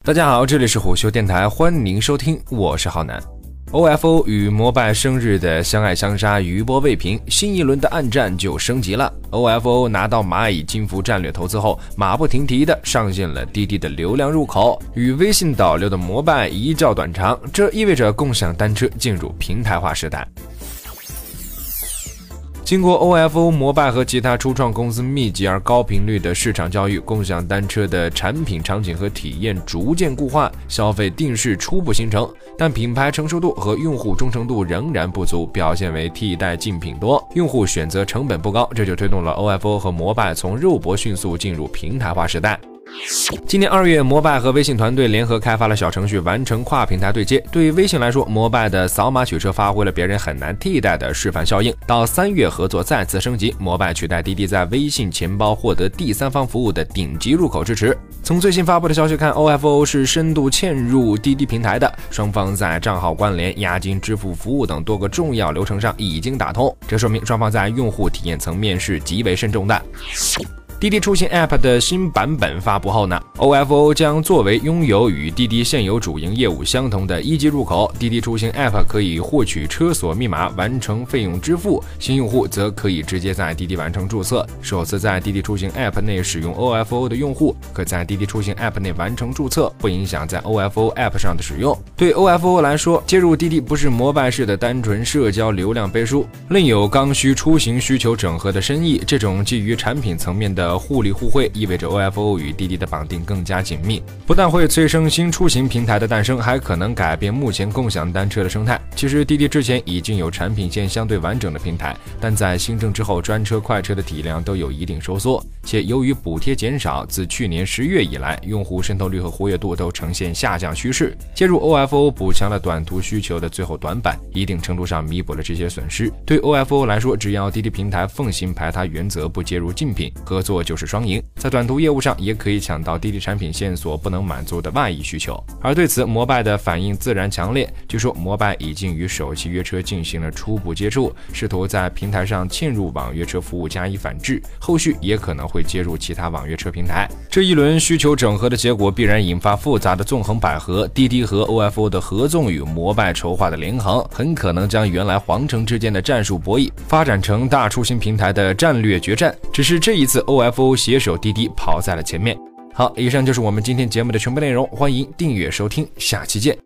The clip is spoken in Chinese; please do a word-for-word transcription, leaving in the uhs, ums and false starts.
大家好，这里是虎嗅电台，欢迎您收听，我是浩南。O F O 与摩拜生日的相爱相杀余波未平，新一轮的暗战就升级了。O F O 拿到蚂蚁金服战略投资后，马不停蹄地上线了滴滴的流量入口，与微信导流的摩拜一较短长，这意味着共享单车进入平台化时代。经过 O F O、摩拜和其他初创公司密集而高频率的市场教育，共享单车的产品场景和体验逐渐固化，消费定势初步形成，但品牌成熟度和用户忠诚度仍然不足，表现为替代竞品多，用户选择成本不高，这就推动了 O F O 和摩拜从肉搏迅速进入平台化时代。今年二月，摩拜和微信团队联合开发了小程序，完成跨平台对接。对于微信来说，摩拜的扫码取车发挥了别人很难替代的示范效应。到三月，合作再次升级，摩拜取代滴滴在微信钱包获得第三方服务的顶级入口支持。从最新发布的消息看 ，O F O 是深度嵌入滴滴平台的，双方在账号关联、押金支付服务等多个重要流程上已经打通，这说明双方在用户体验层面是极为慎重的。滴滴出行 App 的新版本发布后呢 ，O F O 将作为拥有与滴滴现有主营业务相同的一级入口。滴滴出行 App 可以获取车锁密码，完成费用支付；新用户则可以直接在滴滴完成注册。首次在滴滴出行 App 内使用 O F O 的用户，可在滴滴出行 App 内完成注册，不影响在 O F O App 上的使用。对 O F O 来说，接入滴滴不是摩拜式的单纯社交流量背书，另有刚需出行需求整合的深意。这种基于产品层面的互利互惠，意味着 O F O 与滴滴的绑定更加紧密，不但会催生新出行平台的诞生，还可能改变目前共享单车的生态。其实滴滴之前已经有产品线相对完整的平台，但在新政之后，专车快车的体量都有一定收缩，且由于补贴减少，自去年十月以来，用户渗透率和活跃度都呈现下降趋势。接入 O F O 补强了短途需求的最后短板，一定程度上弥补了这些损失。对 O F O 来说，只要滴滴平台奉行排他原则，不接入竞品，合作就是双赢，在短途业务上也可以抢到滴滴产品线所不能满足的外溢需求。而对此，摩拜的反应自然强烈。据说摩拜已经与首汽约车进行了初步接触，试图在平台上嵌入网约车服务加以反制，后续也可能会接入其他网约车平台。这一轮需求整合的结果必然引发复杂的纵横捭阖，滴滴和 O F O 的合纵与摩拜筹划的联航，很可能将原来皇城之间的战术博弈发展成大出行平台的战略决战。只是这一次 O F O 携手滴滴跑在了前面。好，以上就是我们今天节目的全部内容，欢迎订阅收听，下期见。